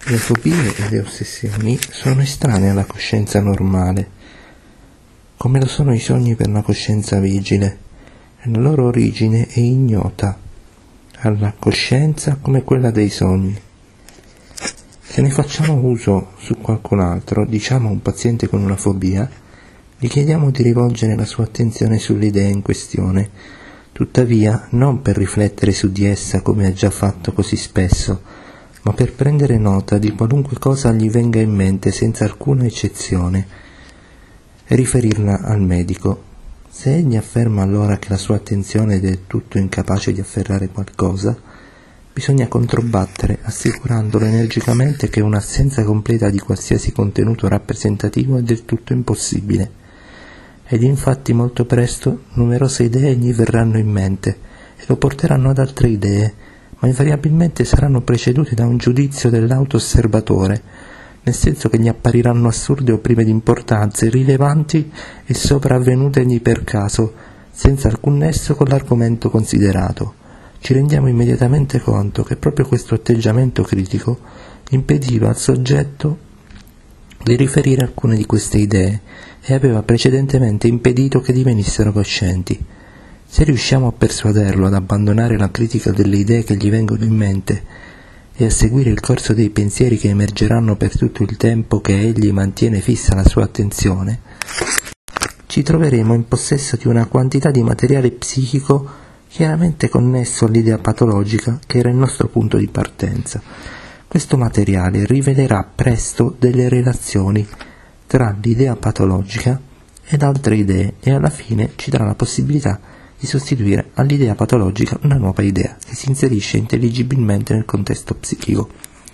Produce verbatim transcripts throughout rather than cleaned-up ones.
Le fobie e le ossessioni sono estranee alla coscienza normale, come lo sono i sogni per una coscienza vigile, e la loro origine è ignota alla coscienza come quella dei sogni. Se ne facciamo uso su qualcun altro, diciamo a un paziente con una fobia, gli chiediamo di rivolgere la sua attenzione sull'idea in questione, tuttavia non per riflettere su di essa come ha già fatto così spesso, ma per prendere nota di qualunque cosa gli venga in mente senza alcuna eccezione e riferirla al medico. Se egli afferma allora che la sua attenzione è del tutto incapace di afferrare qualcosa, bisogna controbattere assicurandolo energicamente che un'assenza completa di qualsiasi contenuto rappresentativo è del tutto impossibile. Ed infatti molto presto numerose idee gli verranno in mente e lo porteranno ad altre idee, ma invariabilmente saranno precedute da un giudizio dell'auto-osservatore, nel senso che gli appariranno assurde o prive di importanza, irrilevanti e sopravvenutegli per caso, senza alcun nesso con l'argomento considerato. Ci rendiamo immediatamente conto che proprio questo atteggiamento critico impediva al soggetto di riferire alcune di queste idee e aveva precedentemente impedito che divenissero coscienti. Se riusciamo a persuaderlo ad abbandonare la critica delle idee che gli vengono in mente e a seguire il corso dei pensieri che emergeranno per tutto il tempo che egli mantiene fissa la sua attenzione, ci troveremo in possesso di una quantità di materiale psichico chiaramente connesso all'idea patologica che era il nostro punto di partenza. Questo materiale rivelerà presto delle relazioni tra l'idea patologica ed altre idee e alla fine ci darà la possibilità di sostituire all'idea patologica una nuova idea che si inserisce intelligibilmente nel contesto psichico.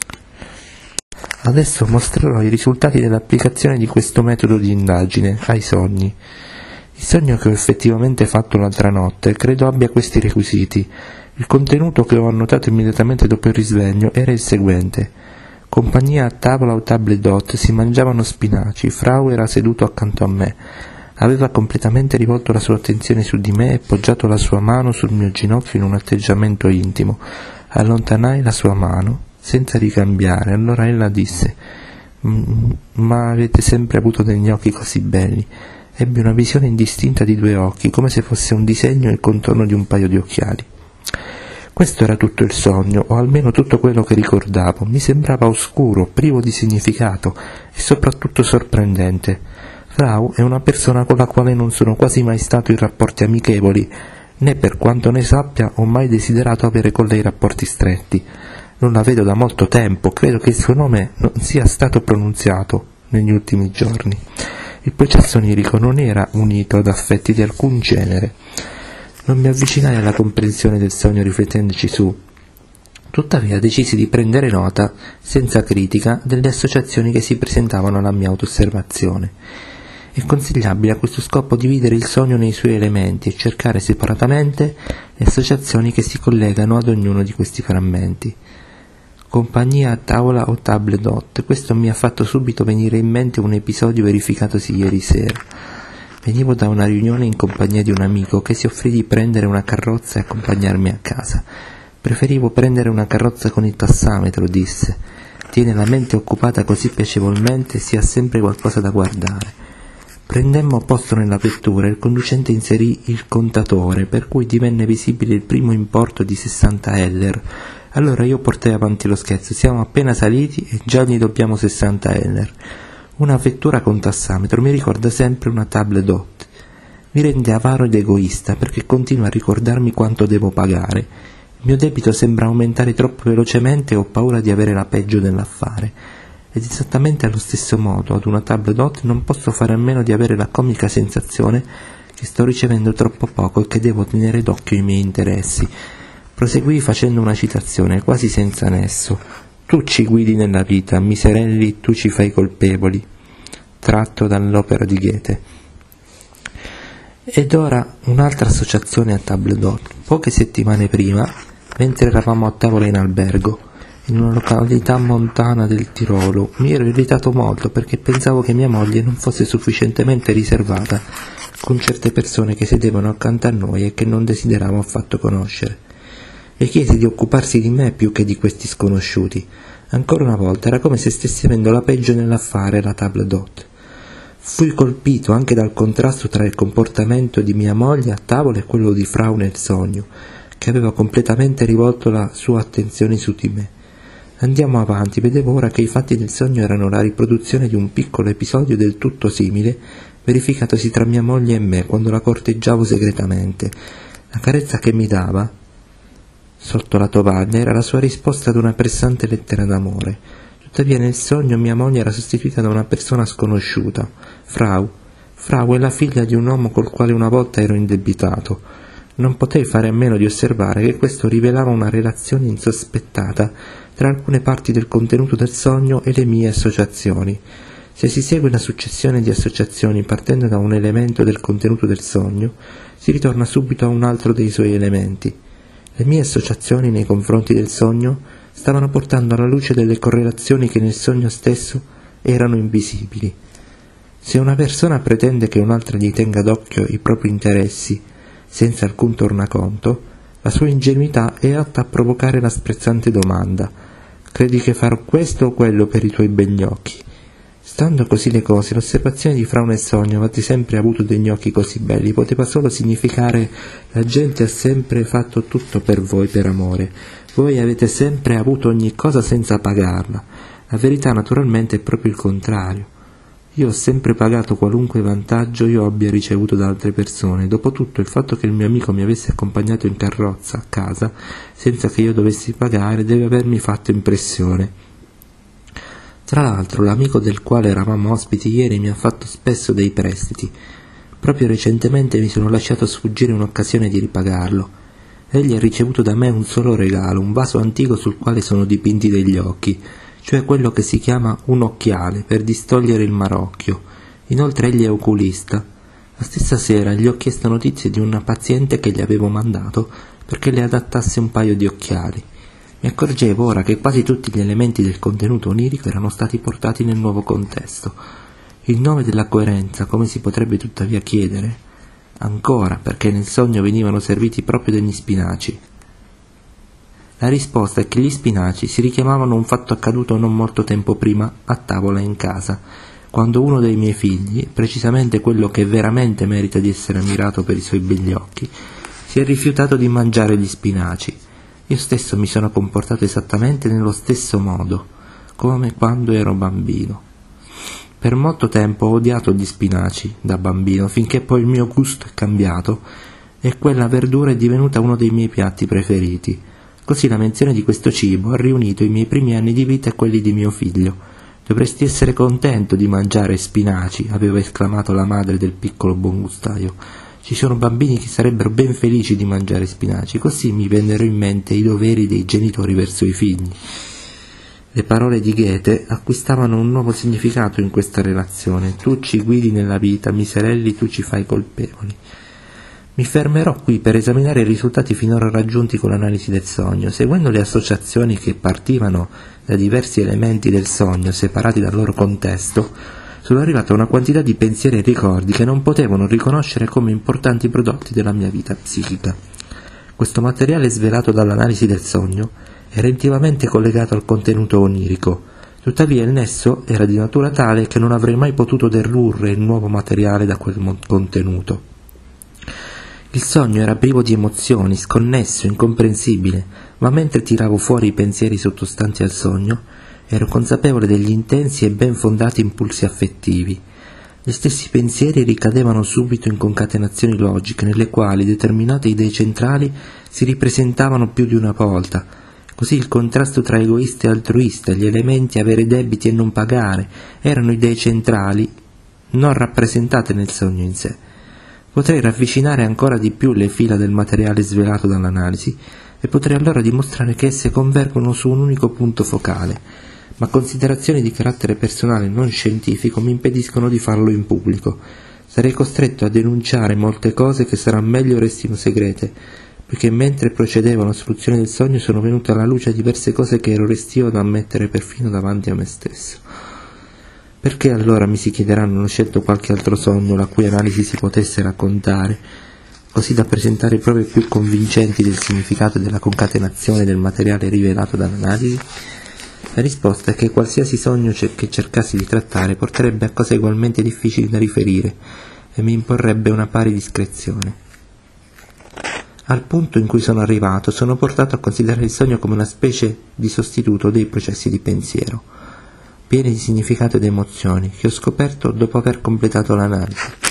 Adesso mostrerò i risultati dell'applicazione di questo metodo di indagine ai sogni. Il sogno che ho effettivamente fatto l'altra notte credo abbia questi requisiti. Il contenuto che ho annotato immediatamente dopo il risveglio era il seguente: compagnia a tavola o table d'hôte, si mangiavano spinaci, Frau era seduto accanto a me. Aveva completamente rivolto la sua attenzione su di me e poggiato la sua mano sul mio ginocchio in un atteggiamento intimo. Allontanai la sua mano senza ricambiare, allora ella disse: «Ma avete sempre avuto degli occhi così belli». Ebbi una visione indistinta di due occhi, come se fosse un disegno e il contorno di un paio di occhiali. Questo era tutto il sogno, o almeno tutto quello che ricordavo. Mi sembrava oscuro, privo di significato e soprattutto sorprendente. Frau è una persona con la quale non sono quasi mai stato in rapporti amichevoli, né per quanto ne sappia ho mai desiderato avere con lei rapporti stretti. Non la vedo da molto tempo, credo che il suo nome non sia stato pronunziato negli ultimi giorni. Il processo onirico non era unito ad affetti di alcun genere. Non mi avvicinai alla comprensione del sogno riflettendoci su. Tuttavia decisi di prendere nota, senza critica, delle associazioni che si presentavano alla mia autoosservazione. È consigliabile a questo scopo dividere il sogno nei suoi elementi e cercare separatamente le associazioni che si collegano ad ognuno di questi frammenti. Compagnia a tavola o table d'hôte, questo mi ha fatto subito venire in mente un episodio verificatosi ieri sera. Venivo da una riunione in compagnia di un amico che si offrì di prendere una carrozza e accompagnarmi a casa. Preferivo prendere una carrozza con il tassametro, disse. Tiene la mente occupata così piacevolmente e si ha sempre qualcosa da guardare. Prendemmo posto nella vettura e il conducente inserì il contatore, per cui divenne visibile il primo importo di sessanta Heller. Allora io portai avanti lo scherzo: siamo appena saliti e già gli dobbiamo sessanta Heller. Una vettura con tassametro mi ricorda sempre una table d'hôte. Mi rende avaro ed egoista perché continuo a ricordarmi quanto devo pagare. Il mio debito sembra aumentare troppo velocemente e ho paura di avere la peggio dell'affare. Ed esattamente allo stesso modo, ad una table d'hôte non posso fare a meno di avere la comica sensazione che sto ricevendo troppo poco e che devo tenere d'occhio i miei interessi. Proseguii facendo una citazione, quasi senza nesso. Tu ci guidi nella vita, miserelli, tu ci fai colpevoli. Tratto dall'opera di Goethe. Ed ora un'altra associazione a table d'hôte. Poche settimane prima, mentre eravamo a tavola in albergo, in una località montana del Tirolo, mi ero irritato molto perché pensavo che mia moglie non fosse sufficientemente riservata con certe persone che sedevano accanto a noi e che non desideravo affatto conoscere. Le chiesi di occuparsi di me più che di questi sconosciuti. Ancora una volta era come se stessi avendo la peggio nell'affare la table d'hôte. Fui colpito anche dal contrasto tra il comportamento di mia moglie a tavola e quello di Frau nel sogno, che aveva completamente rivolto la sua attenzione su di me. Andiamo avanti, vedevo ora che i fatti del sogno erano la riproduzione di un piccolo episodio del tutto simile verificatosi tra mia moglie e me quando la corteggiavo segretamente. La carezza che mi dava sotto la tovaglia era la sua risposta ad una pressante lettera d'amore. Tuttavia nel sogno mia moglie era sostituita da una persona sconosciuta, Frau. Frau è la figlia di un uomo col quale una volta ero indebitato. Non potei fare a meno di osservare che questo rivelava una relazione insospettata tra alcune parti del contenuto del sogno e le mie associazioni. Se si segue una successione di associazioni partendo da un elemento del contenuto del sogno, si ritorna subito a un altro dei suoi elementi. Le mie associazioni nei confronti del sogno stavano portando alla luce delle correlazioni che nel sogno stesso erano invisibili. Se una persona pretende che un'altra gli tenga d'occhio i propri interessi senza alcun tornaconto, la sua ingenuità è atta a provocare la sprezzante domanda: credi che farò questo o quello per i tuoi begli occhi? Stando così le cose, l'osservazione di Frau nel sogno: avete sempre avuto degli occhi così belli, poteva solo significare: la gente ha sempre fatto tutto per voi per amore, voi avete sempre avuto ogni cosa senza pagarla. La verità naturalmente è proprio il contrario. Io ho sempre pagato qualunque vantaggio io abbia ricevuto da altre persone. Dopotutto il fatto che il mio amico mi avesse accompagnato in carrozza a casa senza che io dovessi pagare deve avermi fatto impressione. Tra l'altro l'amico del quale eravamo ospiti ieri mi ha fatto spesso dei prestiti. Proprio recentemente mi sono lasciato sfuggire un'occasione di ripagarlo. Egli ha ricevuto da me un solo regalo, un vaso antico sul quale sono dipinti degli occhi, cioè quello che si chiama un occhiale per distogliere il marocchio. Inoltre egli è oculista. La stessa sera gli ho chiesto notizie di una paziente che gli avevo mandato perché le adattasse un paio di occhiali. Mi accorgevo ora che quasi tutti gli elementi del contenuto onirico erano stati portati nel nuovo contesto. Il nome della coerenza, come si potrebbe tuttavia chiedere? Ancora, perché nel sogno venivano serviti proprio degli spinaci. La risposta è che gli spinaci si richiamavano un fatto accaduto non molto tempo prima a tavola in casa, quando uno dei miei figli, precisamente quello che veramente merita di essere ammirato per i suoi begli occhi, si è rifiutato di mangiare gli spinaci. Io stesso mi sono comportato esattamente nello stesso modo, come quando ero bambino. Per molto tempo ho odiato gli spinaci, da bambino, finché poi il mio gusto è cambiato e quella verdura è divenuta uno dei miei piatti preferiti. Così la menzione di questo cibo ha riunito i miei primi anni di vita e quelli di mio figlio. Dovresti essere contento di mangiare spinaci, aveva esclamato la madre del piccolo buongustaio. Ci sono bambini che sarebbero ben felici di mangiare spinaci. Così mi vennero in mente i doveri dei genitori verso i figli. Le parole di Goethe acquistavano un nuovo significato in questa relazione. Tu ci guidi nella vita, miserelli tu ci fai colpevoli. Mi fermerò qui per esaminare i risultati finora raggiunti con l'analisi del sogno. Seguendo le associazioni che partivano da diversi elementi del sogno separati dal loro contesto, sono arrivato a una quantità di pensieri e ricordi che non potevano riconoscere come importanti prodotti della mia vita psichica. Questo materiale svelato dall'analisi del sogno era intimamente collegato al contenuto onirico, tuttavia il nesso era di natura tale che non avrei mai potuto dedurre il nuovo materiale da quel mo- contenuto. Il sogno era privo di emozioni, sconnesso, incomprensibile, ma mentre tiravo fuori i pensieri sottostanti al sogno, ero consapevole degli intensi e ben fondati impulsi affettivi. Gli stessi pensieri ricadevano subito in concatenazioni logiche, nelle quali determinate idee centrali si ripresentavano più di una volta. Così il contrasto tra egoista e altruista, gli elementi avere debiti e non pagare, erano idee centrali, non rappresentate nel sogno in sé. Potrei ravvicinare ancora di più le fila del materiale svelato dall'analisi e potrei allora dimostrare che esse convergono su un unico punto focale, ma considerazioni di carattere personale non scientifico mi impediscono di farlo in pubblico. Sarei costretto a denunciare molte cose che sarà meglio restino segrete, poiché mentre procedevo alla soluzione del sogno sono venute alla luce diverse cose che ero restio ad ammettere perfino davanti a me stesso. Perché allora, mi si chiederanno, non ho scelto qualche altro sogno la cui analisi si potesse raccontare, così da presentare prove più convincenti del significato e della concatenazione del materiale rivelato dall'analisi? La risposta è che qualsiasi sogno che cercassi di trattare porterebbe a cose ugualmente difficili da riferire e mi imporrebbe una pari discrezione. Al punto in cui sono arrivato, sono portato a considerare il sogno come una specie di sostituto dei processi di pensiero, pieni di significato ed emozioni, che ho scoperto dopo aver completato l'analisi.